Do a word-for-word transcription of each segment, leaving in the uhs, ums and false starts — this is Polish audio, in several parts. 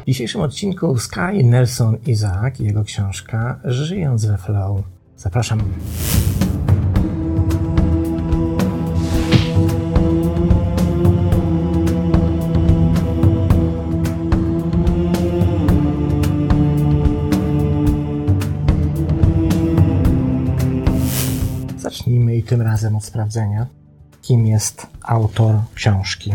W dzisiejszym odcinku Sky Nelson Isaac i jego książka Żyjąc we Flow. Zapraszam. Zacznijmy i tym razem od sprawdzenia, kim jest autor książki.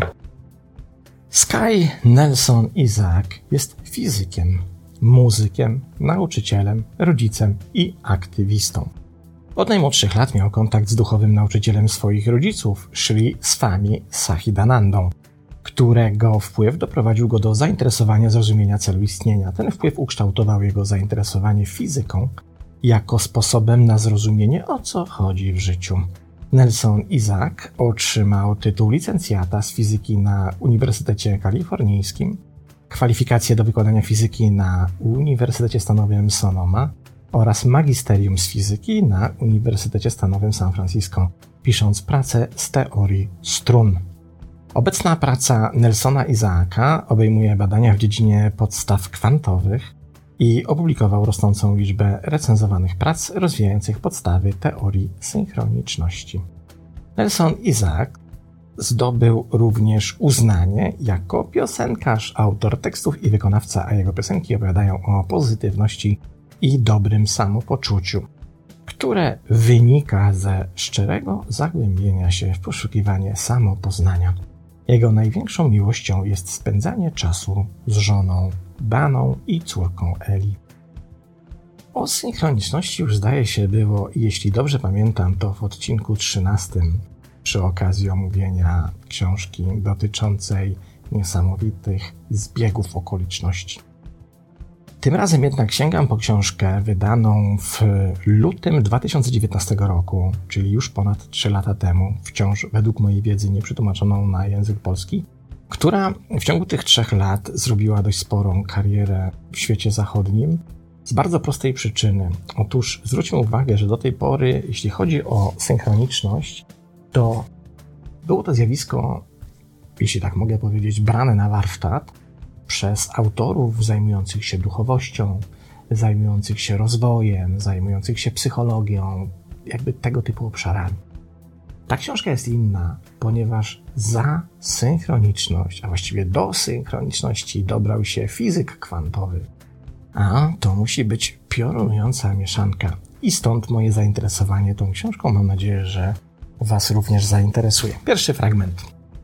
Sky Nelson Isaac jest fizykiem, muzykiem, nauczycielem, rodzicem i aktywistą. Od najmłodszych lat miał kontakt z duchowym nauczycielem swoich rodziców, Sri Swami Sachidanandą, którego wpływ doprowadził go do zainteresowania zrozumienia celu istnienia. Ten wpływ ukształtował jego zainteresowanie fizyką jako sposobem na zrozumienie, o co chodzi w życiu. Nelson Isaac otrzymał tytuł licencjata z fizyki na Uniwersytecie Kalifornijskim, kwalifikacje do wykładania fizyki na Uniwersytecie Stanowym Sonoma oraz magisterium z fizyki na Uniwersytecie Stanowym San Francisco, pisząc pracę z teorii strun. Obecna praca Nelsona Isaaca obejmuje badania w dziedzinie podstaw kwantowych i opublikował rosnącą liczbę recenzowanych prac rozwijających podstawy teorii synchroniczności. Nelson Isaac zdobył również uznanie jako piosenkarz, autor tekstów i wykonawca, a jego piosenki opowiadają o pozytywności i dobrym samopoczuciu, które wynika ze szczerego zagłębienia się w poszukiwanie samopoznania. Jego największą miłością jest spędzanie czasu z żoną Daną i córką Eli. O synchroniczności już zdaje się było, jeśli dobrze pamiętam, to w odcinku trzynastym przy okazji omówienia książki dotyczącej niesamowitych zbiegów okoliczności. Tym razem jednak sięgam po książkę wydaną w lutym dwa tysiące dziewiętnastego roku, czyli już ponad trzy lata temu, wciąż według mojej wiedzy nieprzetłumaczoną na język polski, która w ciągu tych trzech lat zrobiła dość sporą karierę w świecie zachodnim z bardzo prostej przyczyny. Otóż zwróćmy uwagę, że do tej pory, jeśli chodzi o synchroniczność, to było to zjawisko, jeśli tak mogę powiedzieć, brane na warsztat przez autorów zajmujących się duchowością, zajmujących się rozwojem, zajmujących się psychologią, jakby tego typu obszarami. Ta książka jest inna, ponieważ za synchroniczność, a właściwie do synchroniczności dobrał się fizyk kwantowy. A to musi być piorunująca mieszanka. I stąd moje zainteresowanie tą książką. Mam nadzieję, że Was również zainteresuje. Pierwszy fragment.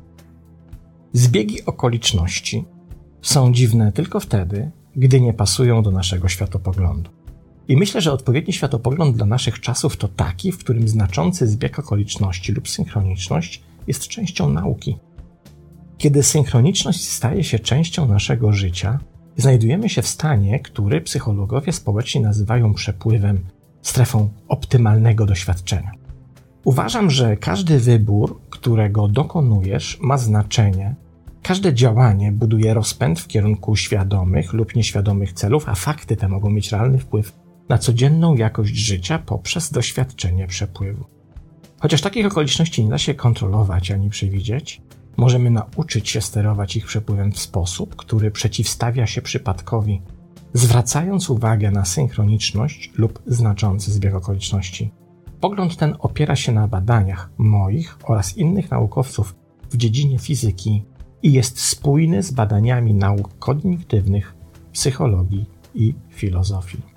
Zbiegi okoliczności są dziwne tylko wtedy, gdy nie pasują do naszego światopoglądu. I myślę, że odpowiedni światopogląd dla naszych czasów to taki, w którym znaczący zbieg okoliczności lub synchroniczność jest częścią nauki. Kiedy synchroniczność staje się częścią naszego życia, znajdujemy się w stanie, który psychologowie społeczni nazywają przepływem, strefą optymalnego doświadczenia. Uważam, że każdy wybór, którego dokonujesz, ma znaczenie. Każde działanie buduje rozpęd w kierunku świadomych lub nieświadomych celów, a fakty te mogą mieć realny wpływ na codzienną jakość życia poprzez doświadczenie przepływu. Chociaż takich okoliczności nie da się kontrolować ani przewidzieć, możemy nauczyć się sterować ich przepływem w sposób, który przeciwstawia się przypadkowi, zwracając uwagę na synchroniczność lub znaczący zbieg okoliczności. Pogląd ten opiera się na badaniach moich oraz innych naukowców w dziedzinie fizyki i jest spójny z badaniami nauk kognitywnych, psychologii i filozofii.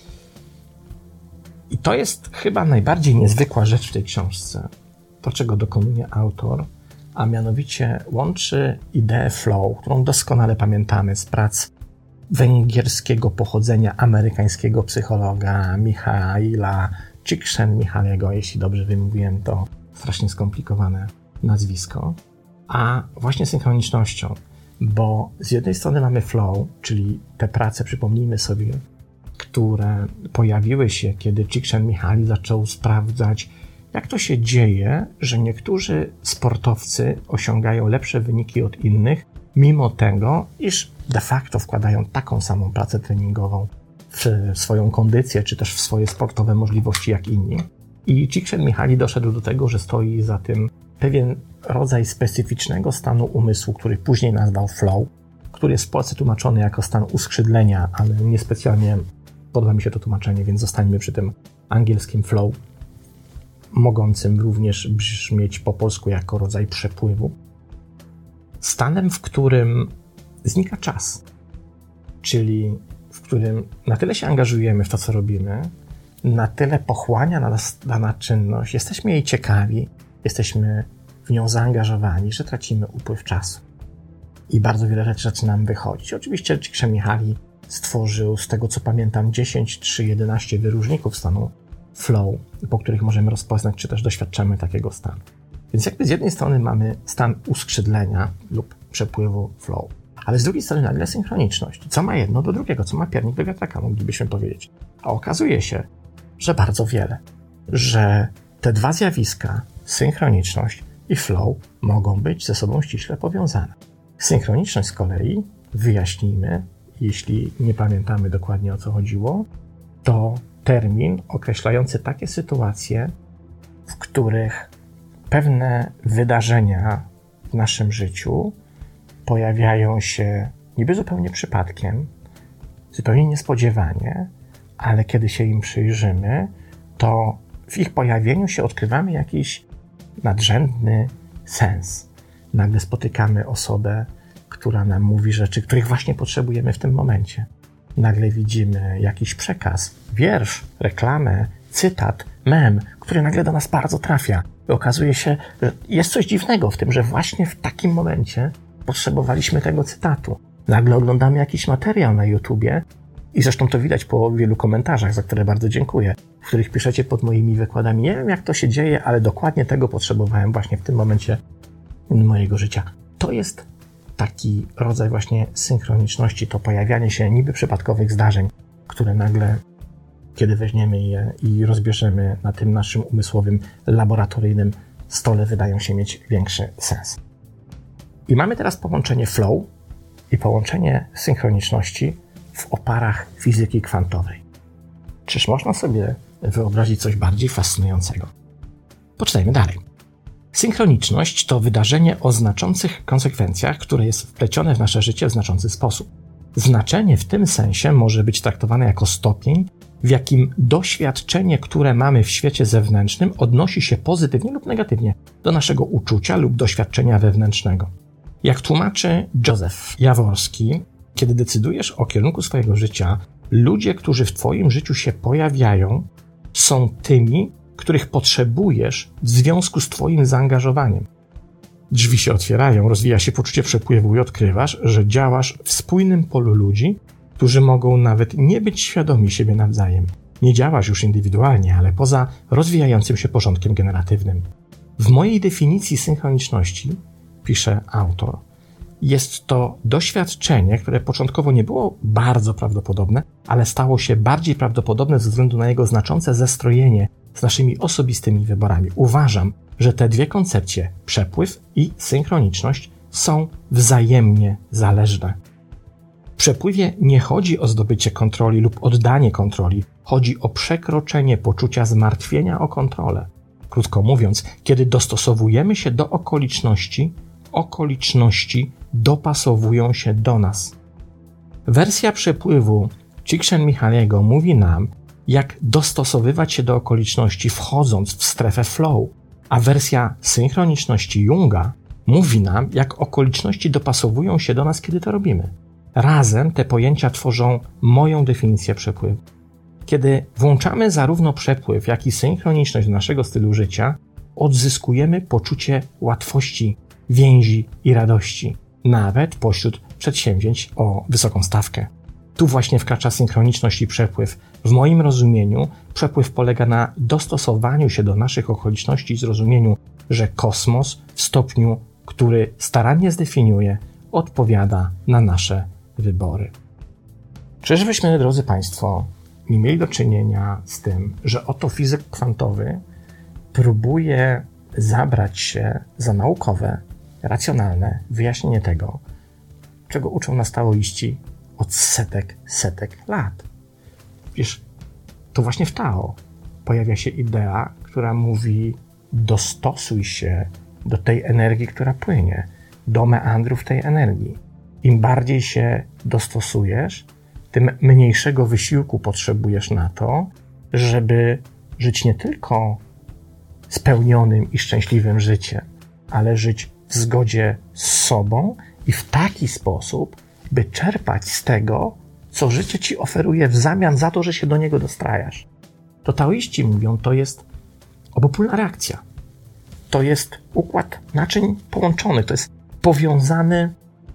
I to jest chyba najbardziej niezwykła rzecz w tej książce. To, czego dokonuje autor, a mianowicie łączy ideę flow, którą doskonale pamiętamy z prac węgierskiego pochodzenia amerykańskiego psychologa Michaila Csikszentmihalyiego, jeśli dobrze wymówiłem to strasznie skomplikowane nazwisko, a właśnie synchronicznością, bo z jednej strony mamy flow, czyli te prace, przypomnijmy sobie, które pojawiły się, kiedy Csikszentmihalyi zaczął sprawdzać, jak to się dzieje, że niektórzy sportowcy osiągają lepsze wyniki od innych, mimo tego, iż de facto wkładają taką samą pracę treningową w swoją kondycję, czy też w swoje sportowe możliwości jak inni. I Csikszentmihalyi doszedł do tego, że stoi za tym pewien rodzaj specyficznego stanu umysłu, który później nazwał flow, który jest w Polsce tłumaczony jako stan uskrzydlenia, ale niespecjalnie podoba mi się to tłumaczenie, więc zostańmy przy tym angielskim flow, mogącym również brzmieć po polsku jako rodzaj przepływu. Stanem, w którym znika czas, czyli w którym na tyle się angażujemy w to, co robimy, na tyle pochłania nas dana czynność, jesteśmy jej ciekawi, jesteśmy w nią zaangażowani, że tracimy upływ czasu. I bardzo wiele rzeczy zaczyna nam wychodzić. Oczywiście Csikszentmihalyi stworzył, z tego co pamiętam, dziesięć, trzy, jedenaście wyróżników stanu flow, po których możemy rozpoznać, czy też doświadczamy takiego stanu. Więc jakby z jednej strony mamy stan uskrzydlenia lub przepływu flow, ale z drugiej strony nagle synchroniczność. Co ma jedno do drugiego, co ma piernik do wiatraka, moglibyśmy powiedzieć. A okazuje się, że bardzo wiele. Że te dwa zjawiska, synchroniczność i flow, mogą być ze sobą ściśle powiązane. Synchroniczność z kolei, wyjaśnijmy, jeśli nie pamiętamy dokładnie, o co chodziło, to termin określający takie sytuacje, w których pewne wydarzenia w naszym życiu pojawiają się niby zupełnie przypadkiem, zupełnie niespodziewanie, ale kiedy się im przyjrzymy, to w ich pojawieniu się odkrywamy jakiś nadrzędny sens. Nagle spotykamy osobę, która nam mówi rzeczy, których właśnie potrzebujemy w tym momencie. Nagle widzimy jakiś przekaz, wiersz, reklamę, cytat, mem, który nagle do nas bardzo trafia. I okazuje się, że jest coś dziwnego w tym, że właśnie w takim momencie potrzebowaliśmy tego cytatu. Nagle oglądamy jakiś materiał na YouTubie i zresztą to widać po wielu komentarzach, za które bardzo dziękuję, w których piszecie pod moimi wykładami. Nie wiem, jak to się dzieje, ale dokładnie tego potrzebowałem właśnie w tym momencie mojego życia. To jest taki rodzaj właśnie synchroniczności, to pojawianie się niby przypadkowych zdarzeń, które nagle, kiedy weźmiemy je i rozbierzemy na tym naszym umysłowym, laboratoryjnym stole, wydają się mieć większy sens. I mamy teraz połączenie flow i połączenie synchroniczności w oparach fizyki kwantowej. Czyż można sobie wyobrazić coś bardziej fascynującego? Poczytajmy dalej. Synchroniczność to wydarzenie o znaczących konsekwencjach, które jest wplecione w nasze życie w znaczący sposób. Znaczenie w tym sensie może być traktowane jako stopień, w jakim doświadczenie, które mamy w świecie zewnętrznym, odnosi się pozytywnie lub negatywnie do naszego uczucia lub doświadczenia wewnętrznego. Jak tłumaczy Józef Jaworski, kiedy decydujesz o kierunku swojego życia, ludzie, którzy w twoim życiu się pojawiają, są tymi, których potrzebujesz w związku z twoim zaangażowaniem. Drzwi się otwierają, rozwija się poczucie przepływu i odkrywasz, że działasz w spójnym polu ludzi, którzy mogą nawet nie być świadomi siebie nawzajem. Nie działasz już indywidualnie, ale poza rozwijającym się porządkiem generatywnym. W mojej definicji synchroniczności, pisze autor, jest to doświadczenie, które początkowo nie było bardzo prawdopodobne, ale stało się bardziej prawdopodobne ze względu na jego znaczące zestrojenie z naszymi osobistymi wyborami. Uważam, że te dwie koncepcje, przepływ i synchroniczność, są wzajemnie zależne. W przepływie nie chodzi o zdobycie kontroli lub oddanie kontroli, chodzi o przekroczenie poczucia zmartwienia o kontrolę. Krótko mówiąc, kiedy dostosowujemy się do okoliczności, okoliczności dopasowują się do nas. Wersja przepływu Csikszentmihalyiego mówi nam, jak dostosowywać się do okoliczności, wchodząc w strefę flow, a wersja synchroniczności Junga mówi nam, jak okoliczności dopasowują się do nas, kiedy to robimy. Razem te pojęcia tworzą moją definicję przepływu. Kiedy włączamy zarówno przepływ, jak i synchroniczność do naszego stylu życia, odzyskujemy poczucie łatwości, więzi i radości, nawet pośród przedsięwzięć o wysoką stawkę. Tu właśnie wkracza synchroniczność i przepływ. W moim rozumieniu przepływ polega na dostosowaniu się do naszych okoliczności i zrozumieniu, że kosmos w stopniu, który starannie zdefiniuje, odpowiada na nasze wybory. Czyżbyśmy, drodzy Państwo, nie mieli do czynienia z tym, że oto fizyk kwantowy próbuje zabrać się za naukowe, racjonalne wyjaśnienie tego, czego uczą nas taoiści od setek, setek lat. Wiesz, to właśnie w Tao pojawia się idea, która mówi: dostosuj się do tej energii, która płynie, do meandrów tej energii. Im bardziej się dostosujesz, tym mniejszego wysiłku potrzebujesz na to, żeby żyć nie tylko spełnionym i szczęśliwym życiem, ale żyć w zgodzie z sobą i w taki sposób, by czerpać z tego, co życie ci oferuje w zamian za to, że się do niego dostrajasz. To taoiści mówią, to jest obopólna reakcja. To jest układ naczyń połączonych, to jest powiązany,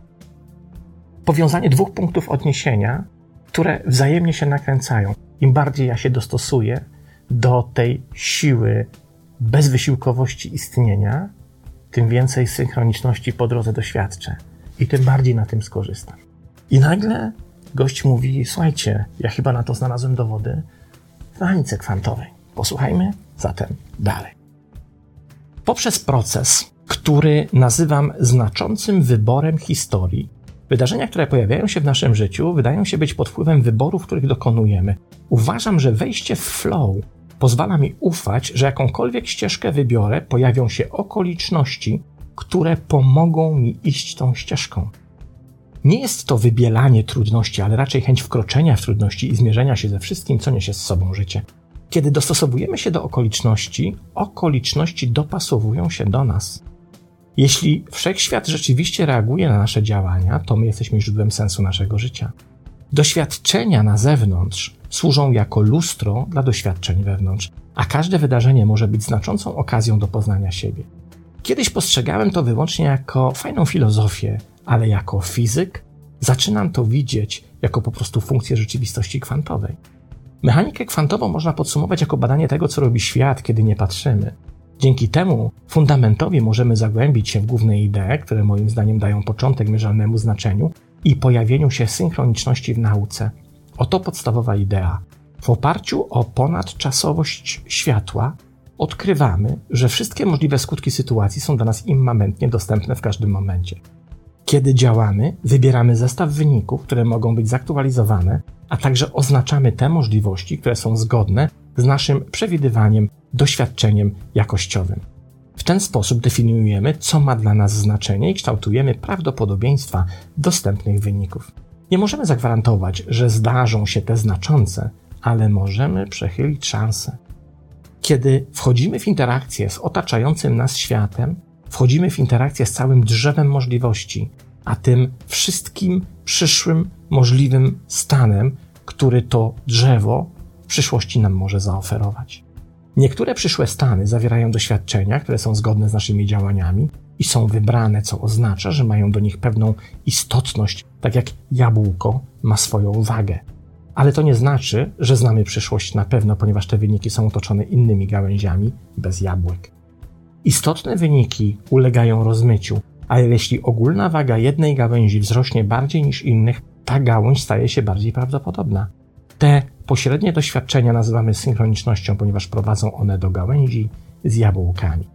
powiązanie dwóch punktów odniesienia, które wzajemnie się nakręcają. Im bardziej ja się dostosuję do tej siły bezwysiłkowości istnienia, tym więcej synchroniczności po drodze doświadczę i tym bardziej na tym skorzystam. I nagle gość mówi, słuchajcie, ja chyba na to znalazłem dowody w mechanice kwantowej. Posłuchajmy zatem dalej. Poprzez proces, który nazywam znaczącym wyborem historii, wydarzenia, które pojawiają się w naszym życiu, wydają się być pod wpływem wyborów, których dokonujemy. Uważam, że wejście w flow pozwala mi ufać, że jakąkolwiek ścieżkę wybiorę, pojawią się okoliczności, które pomogą mi iść tą ścieżką. Nie jest to wybielanie trudności, ale raczej chęć wkroczenia w trudności i zmierzenia się ze wszystkim, co niesie z sobą życie. Kiedy dostosowujemy się do okoliczności, okoliczności dopasowują się do nas. Jeśli wszechświat rzeczywiście reaguje na nasze działania, to my jesteśmy źródłem sensu naszego życia. Doświadczenia na zewnątrz służą jako lustro dla doświadczeń wewnątrz, a każde wydarzenie może być znaczącą okazją do poznania siebie. Kiedyś postrzegałem to wyłącznie jako fajną filozofię, ale jako fizyk zaczynam to widzieć jako po prostu funkcję rzeczywistości kwantowej. Mechanikę kwantową można podsumować jako badanie tego, co robi świat, kiedy nie patrzymy. Dzięki temu fundamentowi możemy zagłębić się w główne idee, które moim zdaniem dają początek mierzalnemu znaczeniu i pojawieniu się synchroniczności w nauce. Oto podstawowa idea. W oparciu o ponadczasowość światła odkrywamy, że wszystkie możliwe skutki sytuacji są dla nas immanentnie dostępne w każdym momencie. Kiedy działamy, wybieramy zestaw wyników, które mogą być zaktualizowane, a także oznaczamy te możliwości, które są zgodne z naszym przewidywaniem, doświadczeniem jakościowym. W ten sposób definiujemy, co ma dla nas znaczenie i kształtujemy prawdopodobieństwa dostępnych wyników. Nie możemy zagwarantować, że zdarzą się te znaczące, ale możemy przechylić szanse. Kiedy wchodzimy w interakcję z otaczającym nas światem, wchodzimy w interakcję z całym drzewem możliwości, a tym wszystkim przyszłym możliwym stanem, który to drzewo w przyszłości nam może zaoferować. Niektóre przyszłe stany zawierają doświadczenia, które są zgodne z naszymi działaniami i są wybrane, co oznacza, że mają do nich pewną istotność, tak jak jabłko ma swoją wagę. Ale to nie znaczy, że znamy przyszłość na pewno, ponieważ te wyniki są otoczone innymi gałęziami bez jabłek. Istotne wyniki ulegają rozmyciu, ale jeśli ogólna waga jednej gałęzi wzrośnie bardziej niż innych, ta gałąź staje się bardziej prawdopodobna. Te pośrednie doświadczenia nazywamy synchronicznością, ponieważ prowadzą one do gałęzi z jabłkami.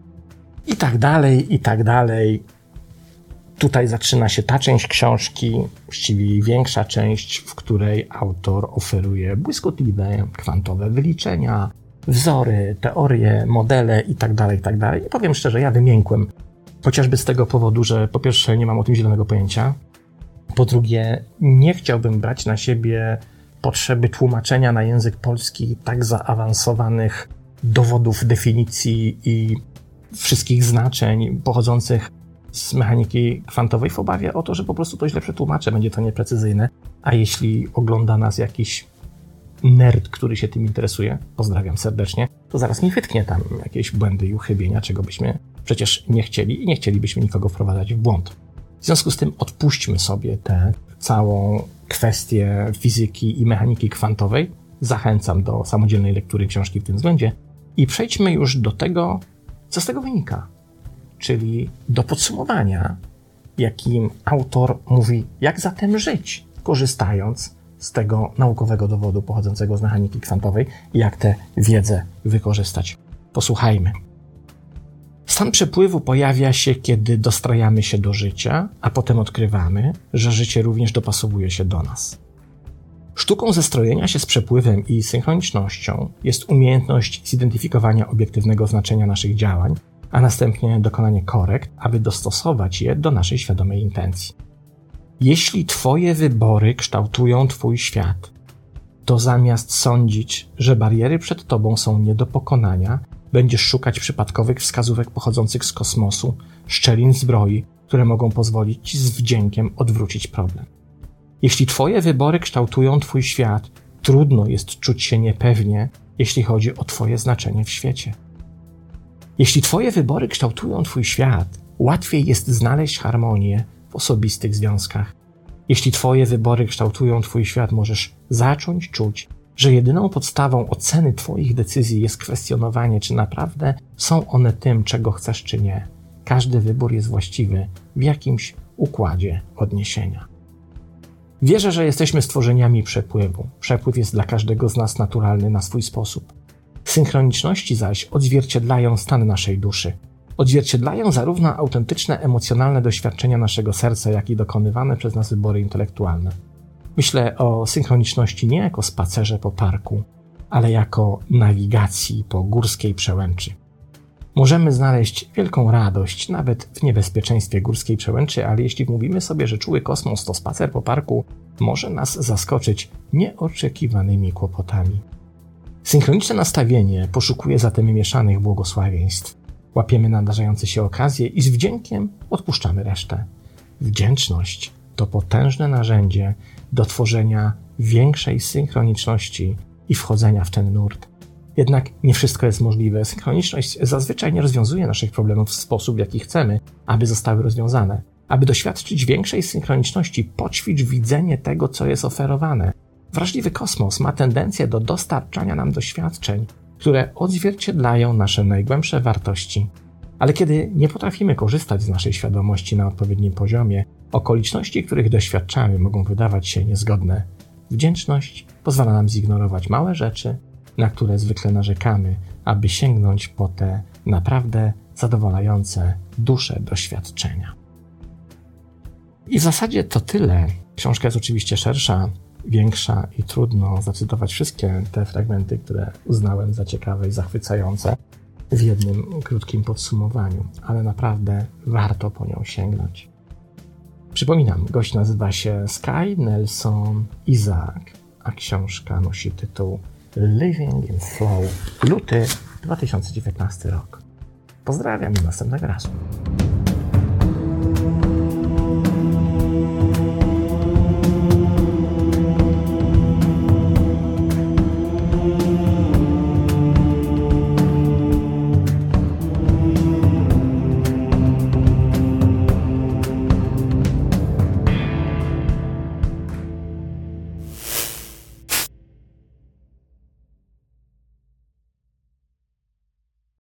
I tak dalej, i tak dalej. Tutaj zaczyna się ta część książki, właściwie większa część, w której autor oferuje błyskotliwe, kwantowe wyliczenia, wzory, teorie, modele i tak dalej, i tak dalej. I powiem szczerze, ja wymiękłem. Chociażby z tego powodu, że po pierwsze nie mam o tym zielonego pojęcia, po drugie nie chciałbym brać na siebie potrzeby tłumaczenia na język polski tak zaawansowanych dowodów, definicji i wszystkich znaczeń pochodzących z mechaniki kwantowej w obawie o to, że po prostu to źle przetłumaczę, będzie to nieprecyzyjne, a jeśli ogląda nas jakiś nerd, który się tym interesuje, pozdrawiam serdecznie, to zaraz mi wytknie tam jakieś błędy i uchybienia, czego byśmy przecież nie chcieli i nie chcielibyśmy nikogo wprowadzać w błąd. W związku z tym odpuśćmy sobie tę całą kwestię fizyki i mechaniki kwantowej. Zachęcam do samodzielnej lektury książki w tym względzie i przejdźmy już do tego, co z tego wynika, czyli do podsumowania, jakim autor mówi, jak zatem żyć, korzystając z tego naukowego dowodu pochodzącego z mechaniki kwantowej i jak tę wiedzę wykorzystać. Posłuchajmy. Stan przepływu pojawia się, kiedy dostrajamy się do życia, a potem odkrywamy, że życie również dopasowuje się do nas. Sztuką zestrojenia się z przepływem i synchronicznością jest umiejętność zidentyfikowania obiektywnego znaczenia naszych działań, a następnie dokonanie korekt, aby dostosować je do naszej świadomej intencji. Jeśli twoje wybory kształtują twój świat, to zamiast sądzić, że bariery przed tobą są nie do pokonania, będziesz szukać przypadkowych wskazówek pochodzących z kosmosu, szczelin zbroi, które mogą pozwolić ci z wdziękiem odwrócić problem. Jeśli twoje wybory kształtują twój świat, trudno jest czuć się niepewnie, jeśli chodzi o twoje znaczenie w świecie. Jeśli twoje wybory kształtują twój świat, łatwiej jest znaleźć harmonię w osobistych związkach. Jeśli twoje wybory kształtują twój świat, możesz zacząć czuć, że jedyną podstawą oceny twoich decyzji jest kwestionowanie, czy naprawdę są one tym, czego chcesz, czy nie. Każdy wybór jest właściwy w jakimś układzie odniesienia. Wierzę, że jesteśmy stworzeniami przepływu. Przepływ jest dla każdego z nas naturalny na swój sposób. Synchroniczności zaś odzwierciedlają stan naszej duszy. Odzwierciedlają zarówno autentyczne, emocjonalne doświadczenia naszego serca, jak i dokonywane przez nas wybory intelektualne. Myślę o synchroniczności nie jako spacerze po parku, ale jako nawigacji po górskiej przełęczy. Możemy znaleźć wielką radość nawet w niebezpieczeństwie górskiej przełęczy, ale jeśli mówimy sobie, że czuły kosmos to spacer po parku, może nas zaskoczyć nieoczekiwanymi kłopotami. Synchroniczne nastawienie poszukuje zatem mieszanych błogosławieństw. Łapiemy nadarzające się okazje i z wdziękiem odpuszczamy resztę. Wdzięczność to potężne narzędzie do tworzenia większej synchroniczności i wchodzenia w ten nurt. Jednak nie wszystko jest możliwe. Synchroniczność zazwyczaj nie rozwiązuje naszych problemów w sposób, w jaki chcemy, aby zostały rozwiązane. Aby doświadczyć większej synchroniczności, poćwicz widzenie tego, co jest oferowane. Wrażliwy kosmos ma tendencję do dostarczania nam doświadczeń, które odzwierciedlają nasze najgłębsze wartości. Ale kiedy nie potrafimy korzystać z naszej świadomości na odpowiednim poziomie, okoliczności, których doświadczamy, mogą wydawać się niezgodne. Wdzięczność pozwala nam zignorować małe rzeczy, na które zwykle narzekamy, aby sięgnąć po te naprawdę zadowalające duszę doświadczenia. I w zasadzie to tyle. Książka jest oczywiście szersza, większa i trudno zacytować wszystkie te fragmenty, które uznałem za ciekawe i zachwycające w jednym krótkim podsumowaniu, ale naprawdę warto po nią sięgnąć. Przypominam, gość nazywa się Sky Nelson Isaac, a książka nosi tytuł Living in Flow, luty dwa tysiące dziewiętnasty rok. Pozdrawiam i do następnego razu.